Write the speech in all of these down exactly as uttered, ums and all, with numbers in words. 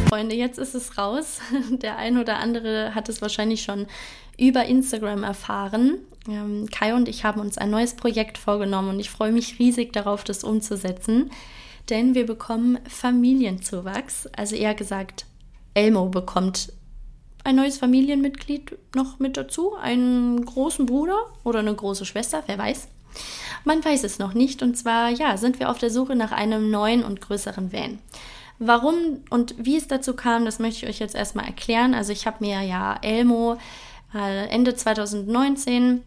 Freunde, jetzt ist es raus. Der ein oder andere hat es wahrscheinlich schon über Instagram erfahren. Ähm, Kai und ich haben uns ein neues Projekt vorgenommen und ich freue mich riesig darauf, das umzusetzen, denn wir bekommen Familienzuwachs. Also eher gesagt, Elmo bekommt ein neues Familienmitglied noch mit dazu, einen großen Bruder oder eine große Schwester, wer weiß. Man weiß es noch nicht und zwar ja, sind wir auf der Suche nach einem neuen und größeren Van. Warum und wie es dazu kam, das möchte ich euch jetzt erstmal erklären. Also ich habe mir ja Elmo äh, Ende zwanzig neunzehn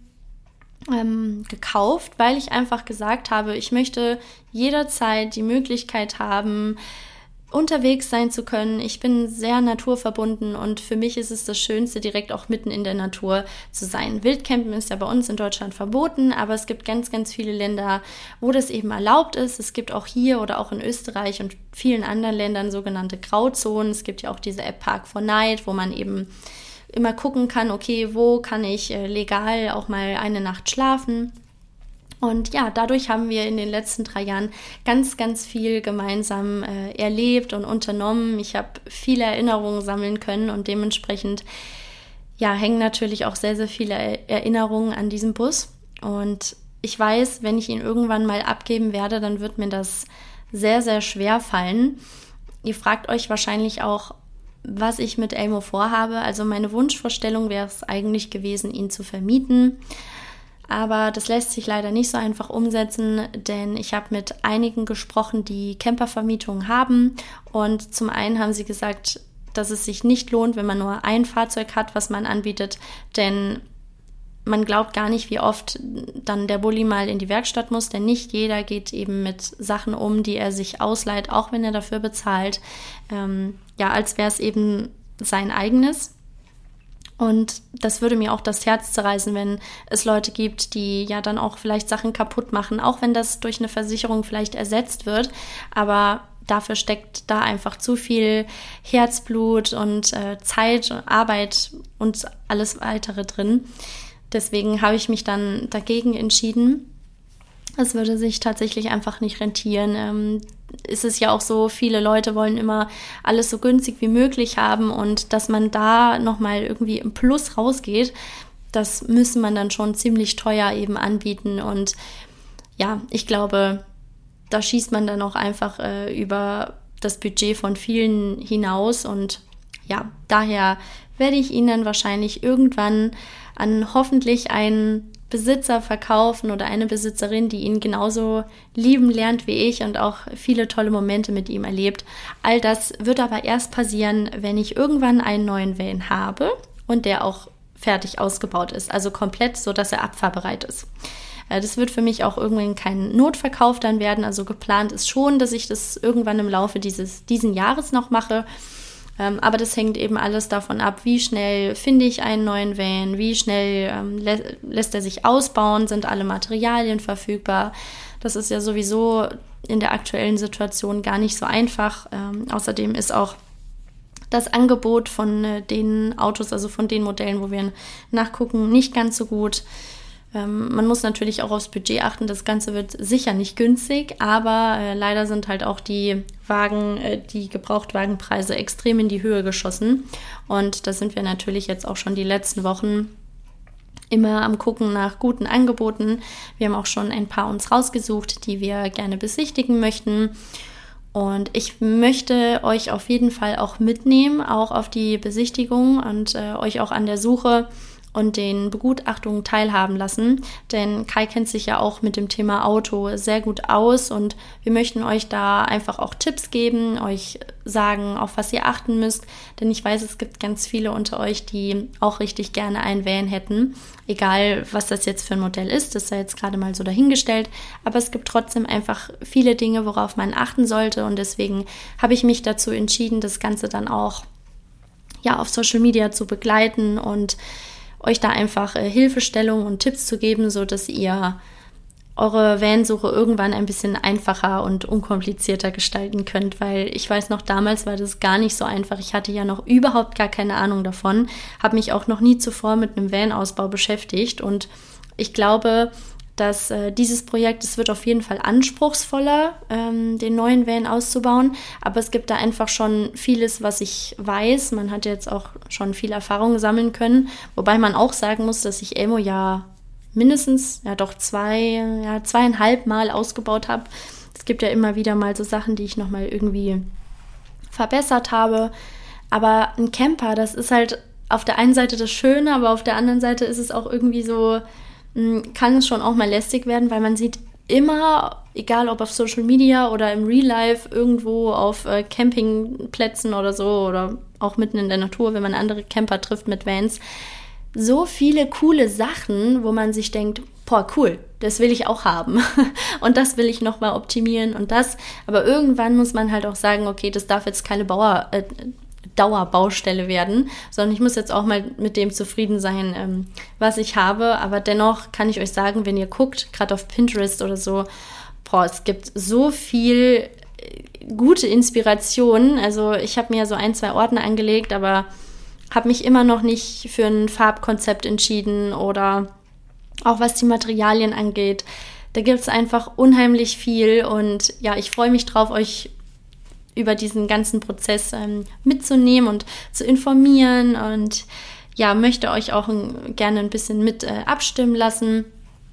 ähm, gekauft, weil ich einfach gesagt habe, ich möchte jederzeit die Möglichkeit haben, unterwegs sein zu können. Ich bin sehr naturverbunden und für mich ist es das Schönste, direkt auch mitten in der Natur zu sein. Wildcampen ist ja bei uns in Deutschland verboten, aber es gibt ganz, ganz viele Länder, wo das eben erlaubt ist. Es gibt auch hier oder auch in Österreich und vielen anderen Ländern sogenannte Grauzonen. Es gibt ja auch diese App Park four Night, wo man eben immer gucken kann, okay, wo kann ich legal auch mal eine Nacht schlafen. Und ja, dadurch haben wir in den letzten drei Jahren ganz, ganz viel gemeinsam äh, erlebt und unternommen. Ich habe viele Erinnerungen sammeln können und dementsprechend ja, hängen natürlich auch sehr, sehr viele Erinnerungen an diesem Bus. Und ich weiß, wenn ich ihn irgendwann mal abgeben werde, dann wird mir das sehr, sehr schwer fallen. Ihr fragt euch wahrscheinlich auch, was ich mit Elmo vorhabe. Also meine Wunschvorstellung wäre es eigentlich gewesen, ihn zu vermieten. Aber das lässt sich leider nicht so einfach umsetzen, denn ich habe mit einigen gesprochen, die Campervermietungen haben. Und zum einen haben sie gesagt, dass es sich nicht lohnt, wenn man nur ein Fahrzeug hat, was man anbietet. Denn man glaubt gar nicht, wie oft dann der Bulli mal in die Werkstatt muss. Denn nicht jeder geht eben mit Sachen um, die er sich ausleiht, auch wenn er dafür bezahlt. Ähm, ja, als wäre es eben sein eigenes. Und das würde mir auch das Herz zerreißen, wenn es Leute gibt, die ja dann auch vielleicht Sachen kaputt machen, auch wenn das durch eine Versicherung vielleicht ersetzt wird. Aber dafür steckt da einfach zu viel Herzblut und äh, Zeit, Arbeit und alles weitere drin. Deswegen habe ich mich dann dagegen entschieden. Es würde sich tatsächlich einfach nicht rentieren. Ähm, ist es ja auch so, viele Leute wollen immer alles so günstig wie möglich haben und dass man da nochmal irgendwie im Plus rausgeht, das müsste man dann schon ziemlich teuer eben anbieten und ja, ich glaube, da schießt man dann auch einfach äh, über das Budget von vielen hinaus und ja, daher werde ich ihn dann wahrscheinlich irgendwann an hoffentlich einen Besitzer verkaufen oder eine Besitzerin, die ihn genauso lieben lernt wie ich und auch viele tolle Momente mit ihm erlebt. All das wird aber erst passieren, wenn ich irgendwann einen neuen Van habe und der auch fertig ausgebaut ist, also komplett, so dass er abfahrbereit ist. Das wird für mich auch irgendwann kein Notverkauf dann werden, also geplant ist schon, dass ich das irgendwann im Laufe dieses diesen Jahres noch mache. Aber das hängt eben alles davon ab, wie schnell finde ich einen neuen Van, wie schnell ähm, lä- lässt er sich ausbauen, sind alle Materialien verfügbar. Das ist ja sowieso in der aktuellen Situation gar nicht so einfach. Ähm, außerdem ist auch das Angebot von äh, den Autos, also von den Modellen, wo wir nachgucken, nicht ganz so gut. Ähm, man muss natürlich auch aufs Budget achten, das Ganze wird sicher nicht günstig, aber äh, leider sind halt auch die Wagen, äh, die Gebrauchtwagenpreise extrem in die Höhe geschossen und da sind wir natürlich jetzt auch schon die letzten Wochen immer am Gucken nach guten Angeboten. Wir haben auch schon ein paar uns rausgesucht, die wir gerne besichtigen möchten und ich möchte euch auf jeden Fall auch mitnehmen, auch auf die Besichtigung und äh, euch auch an der Suche und den Begutachtungen teilhaben lassen, denn Kai kennt sich ja auch mit dem Thema Auto sehr gut aus und wir möchten euch da einfach auch Tipps geben, euch sagen, auf was ihr achten müsst, denn ich weiß, es gibt ganz viele unter euch, die auch richtig gerne einen Van hätten, egal was das jetzt für ein Modell ist, das sei jetzt gerade mal so dahingestellt, aber es gibt trotzdem einfach viele Dinge, worauf man achten sollte und deswegen habe ich mich dazu entschieden, das Ganze dann auch ja auf Social Media zu begleiten und euch da einfach äh, Hilfestellung und Tipps zu geben, so dass ihr eure Vansuche irgendwann ein bisschen einfacher und unkomplizierter gestalten könnt, weil ich weiß noch, damals war das gar nicht so einfach. Ich hatte ja noch überhaupt gar keine Ahnung davon, habe mich auch noch nie zuvor mit einem Van-Ausbau beschäftigt und ich glaube, dass äh, dieses Projekt, es wird auf jeden Fall anspruchsvoller, ähm, den neuen Van auszubauen, aber es gibt da einfach schon vieles, was ich weiß. Man hat jetzt auch schon viel Erfahrung sammeln können, wobei man auch sagen muss, dass ich Elmo ja mindestens, ja doch zwei, ja zweieinhalb Mal ausgebaut habe. Es gibt ja immer wieder mal so Sachen, die ich nochmal irgendwie verbessert habe, aber ein Camper, das ist halt auf der einen Seite das Schöne, aber auf der anderen Seite ist es auch irgendwie so, kann es schon auch mal lästig werden, weil man sieht immer, egal ob auf Social Media oder im Real Life, irgendwo auf äh, Campingplätzen oder so oder auch mitten in der Natur, wenn man andere Camper trifft mit Vans, so viele coole Sachen, wo man sich denkt, boah, cool, das will ich auch haben und das will ich nochmal optimieren und das, aber irgendwann muss man halt auch sagen, okay, das darf jetzt keine Bauer, äh, Dauerbaustelle werden, sondern ich muss jetzt auch mal mit dem zufrieden sein, ähm, was ich habe. Aber dennoch kann ich euch sagen, wenn ihr guckt, gerade auf Pinterest oder so, boah, es gibt so viel gute Inspirationen. Also ich habe mir so ein, zwei Ordner angelegt, aber habe mich immer noch nicht für ein Farbkonzept entschieden oder auch was die Materialien angeht. Da gibt es einfach unheimlich viel und ja, ich freue mich drauf, euch über diesen ganzen Prozess ähm, mitzunehmen und zu informieren und ja, möchte euch auch ein, gerne ein bisschen mit äh, abstimmen lassen.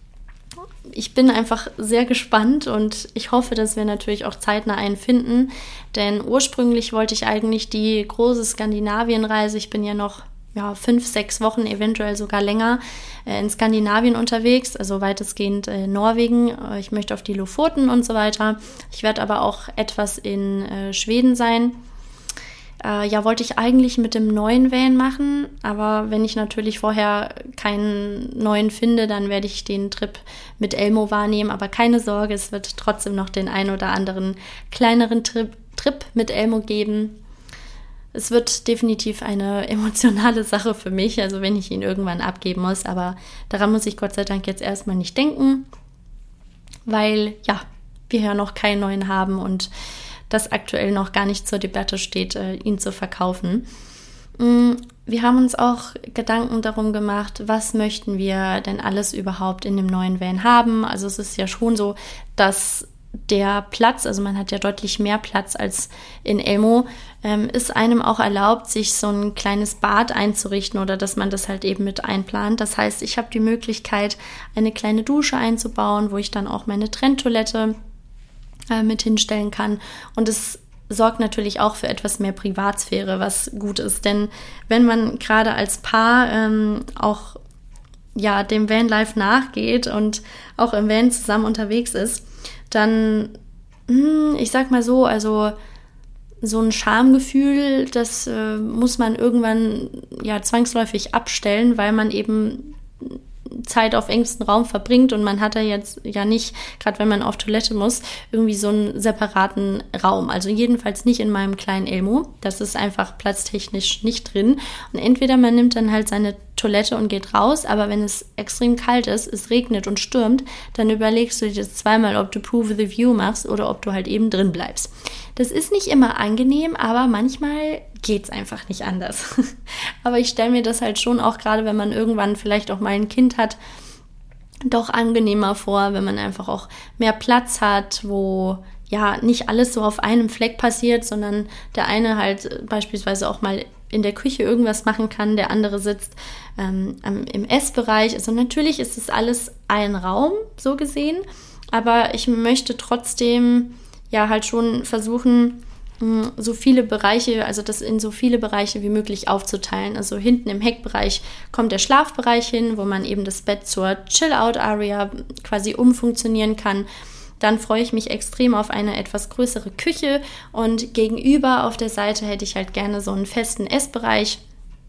Ich bin einfach sehr gespannt und ich hoffe, dass wir natürlich auch zeitnah einen finden, denn ursprünglich wollte ich eigentlich die große Skandinavienreise, ich bin ja noch ja, fünf, sechs Wochen, eventuell sogar länger, äh, in Skandinavien unterwegs, also weitestgehend äh, Norwegen. Äh, ich möchte auf die Lofoten und so weiter. Ich werde aber auch etwas in äh, Schweden sein. Äh, ja, wollte ich eigentlich mit dem neuen Van machen, aber wenn ich natürlich vorher keinen neuen finde, dann werde ich den Trip mit Elmo wahrnehmen. Aber keine Sorge, es wird trotzdem noch den ein oder anderen kleineren Trip, Trip mit Elmo geben. Es wird definitiv eine emotionale Sache für mich, also wenn ich ihn irgendwann abgeben muss, aber daran muss ich Gott sei Dank jetzt erstmal nicht denken, weil ja, wir ja noch keinen neuen haben und das aktuell noch gar nicht zur Debatte steht, ihn zu verkaufen. Wir haben uns auch Gedanken darum gemacht, was möchten wir denn alles überhaupt in dem neuen Van haben. Also es ist ja schon so, dass der Platz, also man hat ja deutlich mehr Platz als in Elmo, ähm, ist einem auch erlaubt, sich so ein kleines Bad einzurichten oder dass man das halt eben mit einplant. Das heißt, ich habe die Möglichkeit, eine kleine Dusche einzubauen, wo ich dann auch meine Trenntoilette äh, mit hinstellen kann. Und es sorgt natürlich auch für etwas mehr Privatsphäre, was gut ist. Denn wenn man gerade als Paar ähm, auch ja, dem Vanlife nachgeht und auch im Van zusammen unterwegs ist, dann, ich sag mal so, also so ein Schamgefühl, das äh, muss man irgendwann ja zwangsläufig abstellen, weil man eben Zeit auf engstem Raum verbringt und man hat da jetzt ja nicht, gerade wenn man auf Toilette muss, irgendwie so einen separaten Raum. Also jedenfalls nicht in meinem kleinen Elmo. Das ist einfach platztechnisch nicht drin. Und entweder man nimmt dann halt seine Toilette und geht raus, aber wenn es extrem kalt ist, es regnet und stürmt, dann überlegst du dir zweimal, ob du Prove the View machst oder ob du halt eben drin bleibst. Das ist nicht immer angenehm, aber manchmal geht's einfach nicht anders. Aber ich stelle mir das halt schon auch, gerade wenn man irgendwann vielleicht auch mal ein Kind hat, doch angenehmer vor, wenn man einfach auch mehr Platz hat, wo ja nicht alles so auf einem Fleck passiert, sondern der eine halt beispielsweise auch mal in der Küche irgendwas machen kann, der andere sitzt ähm, im Essbereich. Also natürlich ist es alles ein Raum, so gesehen, aber ich möchte trotzdem ja halt schon versuchen, so viele Bereiche, also das in so viele Bereiche wie möglich aufzuteilen. Also hinten im Heckbereich kommt der Schlafbereich hin, wo man eben das Bett zur Chill-Out-Area quasi umfunktionieren kann. Dann freue ich mich extrem auf eine etwas größere Küche und gegenüber auf der Seite hätte ich halt gerne so einen festen Essbereich.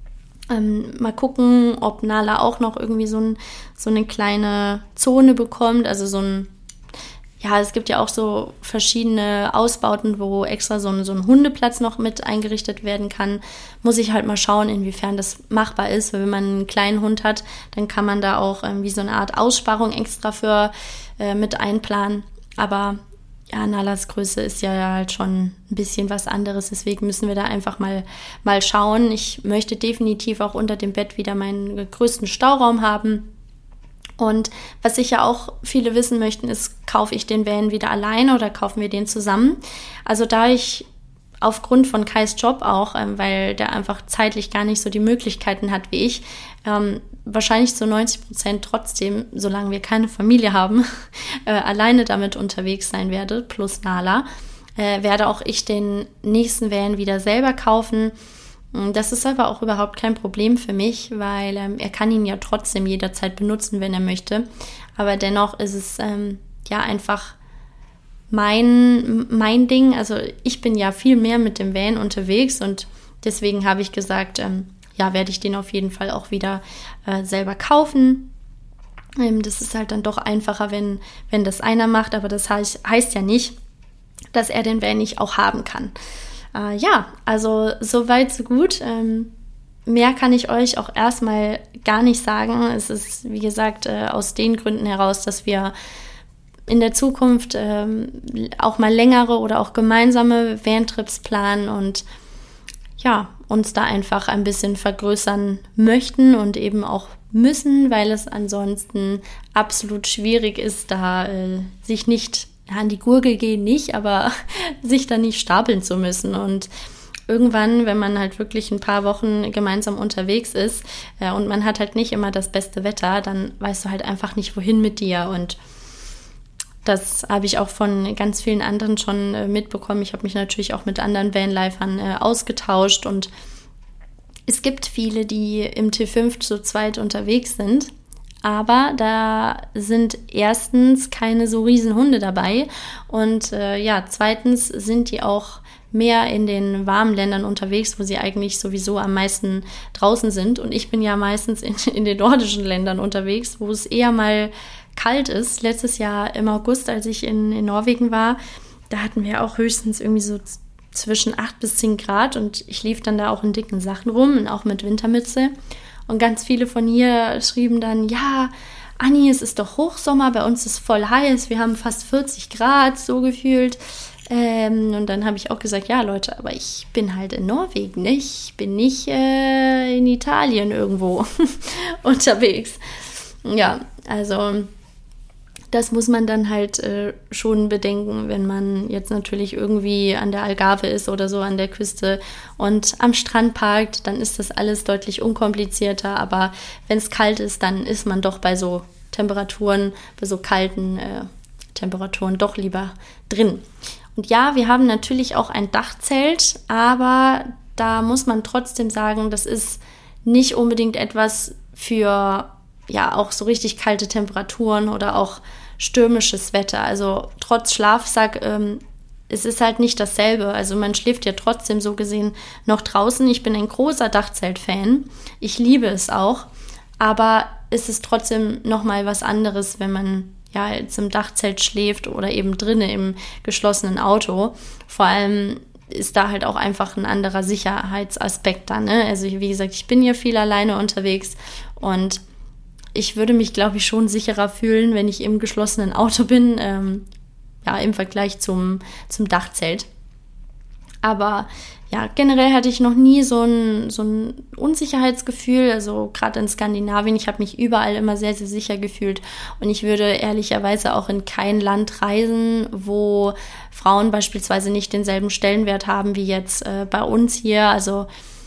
Ähm, mal gucken, ob Nala auch noch irgendwie so, ein, so eine kleine Zone bekommt, also so ein Ja, es gibt ja auch so verschiedene Ausbauten, wo extra so ein, so ein Hundeplatz noch mit eingerichtet werden kann. Muss ich halt mal schauen, inwiefern das machbar ist. Weil wenn man einen kleinen Hund hat, dann kann man da auch irgendwie so eine Art Aussparung extra für äh, mit einplanen. Aber ja, Nalas Größe ist ja halt schon ein bisschen was anderes. Deswegen müssen wir da einfach mal, mal schauen. Ich möchte definitiv auch unter dem Bett wieder meinen größten Stauraum haben. Und was sicher auch viele wissen möchten, ist, kaufe ich den Van wieder alleine oder kaufen wir den zusammen? Also da ich aufgrund von Kais Job auch, ähm, weil der einfach zeitlich gar nicht so die Möglichkeiten hat wie ich, ähm, wahrscheinlich zu neunzig Prozent trotzdem, solange wir keine Familie haben, äh, alleine damit unterwegs sein werde, plus Nala, äh, werde auch ich den nächsten Van wieder selber kaufen. Das ist aber auch überhaupt kein Problem für mich, weil ähm, er kann ihn ja trotzdem jederzeit benutzen, wenn er möchte. Aber dennoch ist es ähm, ja einfach mein, mein Ding. Also ich bin ja viel mehr mit dem Van unterwegs und deswegen habe ich gesagt, ähm, ja, werde ich den auf jeden Fall auch wieder äh, selber kaufen. Ähm, das ist halt dann doch einfacher, wenn, wenn das einer macht, aber das heißt, heißt ja nicht, dass er den Van nicht auch haben kann. Äh, ja, also soweit so gut. Ähm, mehr kann ich euch auch erstmal gar nicht sagen. Es ist, wie gesagt, äh, aus den Gründen heraus, dass wir in der Zukunft ähm, auch mal längere oder auch gemeinsame Van-Trips planen und ja, uns da einfach ein bisschen vergrößern möchten und eben auch müssen, weil es ansonsten absolut schwierig ist, da äh, sich nicht an die Gurgel gehen nicht, aber sich da nicht stapeln zu müssen. Und irgendwann, wenn man halt wirklich ein paar Wochen gemeinsam unterwegs ist äh, und man hat halt nicht immer das beste Wetter, dann weißt du halt einfach nicht, wohin mit dir. Und das habe ich auch von ganz vielen anderen schon äh, mitbekommen. Ich habe mich natürlich auch mit anderen Vanlifern äh, ausgetauscht und es gibt viele, die im T fünf zu zweit unterwegs sind. Aber da sind erstens keine so riesen Hunde dabei und äh, ja, zweitens sind die auch mehr in den warmen Ländern unterwegs, wo sie eigentlich sowieso am meisten draußen sind. Und ich bin ja meistens in, in den nordischen Ländern unterwegs, wo es eher mal kalt ist. Letztes Jahr im August, als ich in, in Norwegen war, da hatten wir auch höchstens irgendwie so zwischen acht bis zehn Grad und ich lief dann da auch in dicken Sachen rum und auch mit Wintermütze. Und ganz viele von hier schrieben dann, ja, Anni, es ist doch Hochsommer, bei uns ist voll heiß, wir haben fast vierzig Grad, so gefühlt. Ähm, und dann habe ich auch gesagt, ja Leute, aber ich bin halt in Norwegen, ne? Ich bin nicht äh, in Italien irgendwo unterwegs. Ja, also das muss man dann halt äh, schon bedenken, wenn man jetzt natürlich irgendwie an der Algarve ist oder so an der Küste und am Strand parkt, dann ist das alles deutlich unkomplizierter. Aber wenn es kalt ist, dann ist man doch bei so Temperaturen, bei so kalten äh, Temperaturen doch lieber drin. Und ja, wir haben natürlich auch ein Dachzelt, aber da muss man trotzdem sagen, das ist nicht unbedingt etwas für ja auch so richtig kalte Temperaturen oder auch stürmisches Wetter. Also trotz Schlafsack, ähm, es ist halt nicht dasselbe. Also man schläft ja trotzdem so gesehen noch draußen. Ich bin ein großer Dachzelt-Fan. Ich liebe es auch. Aber es ist trotzdem nochmal was anderes, wenn man ja jetzt im Dachzelt schläft oder eben drinnen im geschlossenen Auto. Vor allem ist da halt auch einfach ein anderer Sicherheitsaspekt da, ne? Also wie gesagt, ich bin ja viel alleine unterwegs und ich würde mich, glaube ich, schon sicherer fühlen, wenn ich im geschlossenen Auto bin, ähm, ja, im Vergleich zum, zum Dachzelt. Aber ja, generell hatte ich noch nie so ein, so ein Unsicherheitsgefühl, also gerade in Skandinavien, ich habe mich überall immer sehr, sehr sicher gefühlt und ich würde ehrlicherweise auch in kein Land reisen, wo Frauen beispielsweise nicht denselben Stellenwert haben wie jetzt äh, bei uns hier, also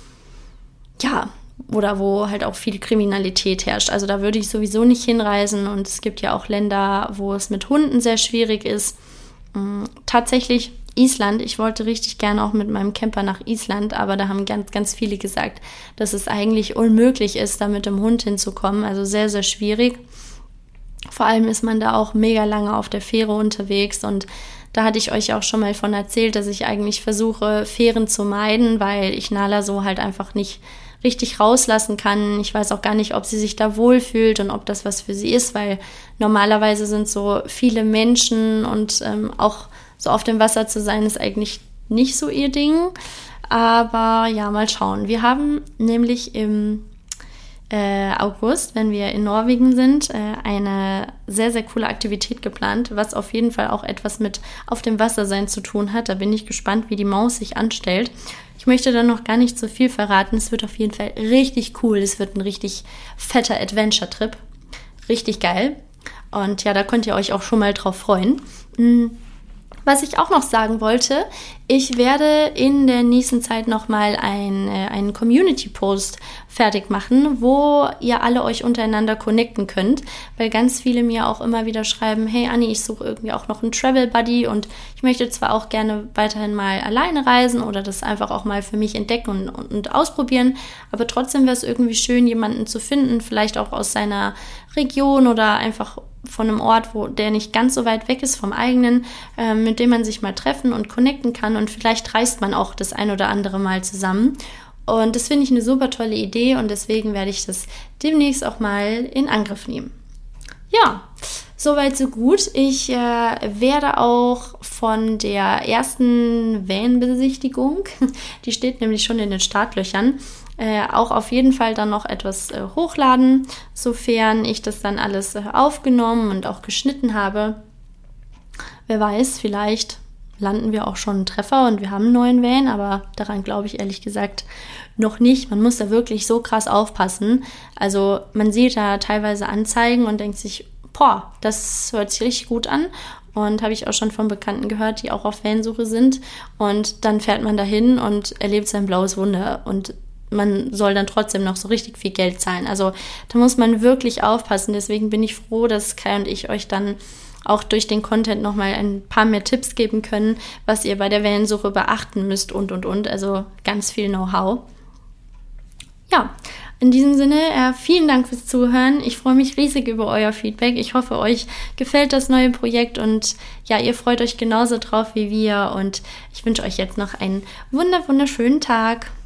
ja, oder wo halt auch viel Kriminalität herrscht. Also da würde ich sowieso nicht hinreisen und es gibt ja auch Länder, wo es mit Hunden sehr schwierig ist. Ähm, tatsächlich Island, ich wollte richtig gerne auch mit meinem Camper nach Island, aber da haben ganz, ganz viele gesagt, dass es eigentlich unmöglich ist, da mit dem Hund hinzukommen. Also sehr, sehr schwierig. Vor allem ist man da auch mega lange auf der Fähre unterwegs und da hatte ich euch auch schon mal von erzählt, dass ich eigentlich versuche, Fähren zu meiden, weil ich Nala so halt einfach nicht richtig rauslassen kann. Ich weiß auch gar nicht, ob sie sich da wohlfühlt und ob das was für sie ist, weil normalerweise sind so viele Menschen und ähm, auch so auf dem Wasser zu sein, ist eigentlich nicht so ihr Ding. Aber ja, mal schauen. Wir haben nämlich im äh, August, wenn wir in Norwegen sind, äh, eine sehr, sehr coole Aktivität geplant, was auf jeden Fall auch etwas mit auf dem Wasser sein zu tun hat. Da bin ich gespannt, wie die Maus sich anstellt. Ich möchte da noch gar nicht so viel verraten. Es wird auf jeden Fall richtig cool. Es wird ein richtig fetter Adventure-Trip. richtig geil. Und ja, da könnt ihr euch auch schon mal drauf freuen. Was ich auch noch sagen wollte, ich werde in der nächsten Zeit nochmal ein, äh, einen Community-Post fertig machen, wo ihr alle euch untereinander connecten könnt, weil ganz viele mir auch immer wieder schreiben, hey Anni, ich suche irgendwie auch noch einen Travel Buddy und ich möchte zwar auch gerne weiterhin mal alleine reisen oder das einfach auch mal für mich entdecken und, und, und ausprobieren, aber trotzdem wäre es irgendwie schön, jemanden zu finden, vielleicht auch aus seiner Region oder einfach von einem Ort, wo der nicht ganz so weit weg ist vom eigenen, äh, mit dem man sich mal treffen und connecten kann und vielleicht reist man auch das ein oder andere Mal zusammen. Und das finde ich eine super tolle Idee und deswegen werde ich das demnächst auch mal in Angriff nehmen. Ja, soweit so gut. Ich äh, werde auch von der ersten Van-Besichtigung, die steht nämlich schon in den Startlöchern, Äh, auch auf jeden Fall dann noch etwas äh, hochladen, sofern ich das dann alles äh, aufgenommen und auch geschnitten habe. Wer weiß, vielleicht landen wir auch schon einen Treffer und wir haben einen neuen Van, aber daran glaube ich ehrlich gesagt noch nicht. Man muss da wirklich so krass aufpassen. Also man sieht da teilweise Anzeigen und denkt sich, boah, das hört sich richtig gut an. Und habe ich auch schon von Bekannten gehört, die auch auf Vansuche sind. Und dann fährt man dahin und erlebt sein blaues Wunder und man soll dann trotzdem noch so richtig viel Geld zahlen. Also da muss man wirklich aufpassen. Deswegen bin ich froh, dass Kai und ich euch dann auch durch den Content nochmal ein paar mehr Tipps geben können, was ihr bei der Vansuche beachten müsst und, und, und. Also ganz viel Know-how. Ja, in diesem Sinne, äh, vielen Dank fürs Zuhören. Ich freue mich riesig über euer Feedback. Ich hoffe, euch gefällt das neue Projekt und ja, ihr freut euch genauso drauf wie wir. Und ich wünsche euch jetzt noch einen wunder, wunderschönen Tag.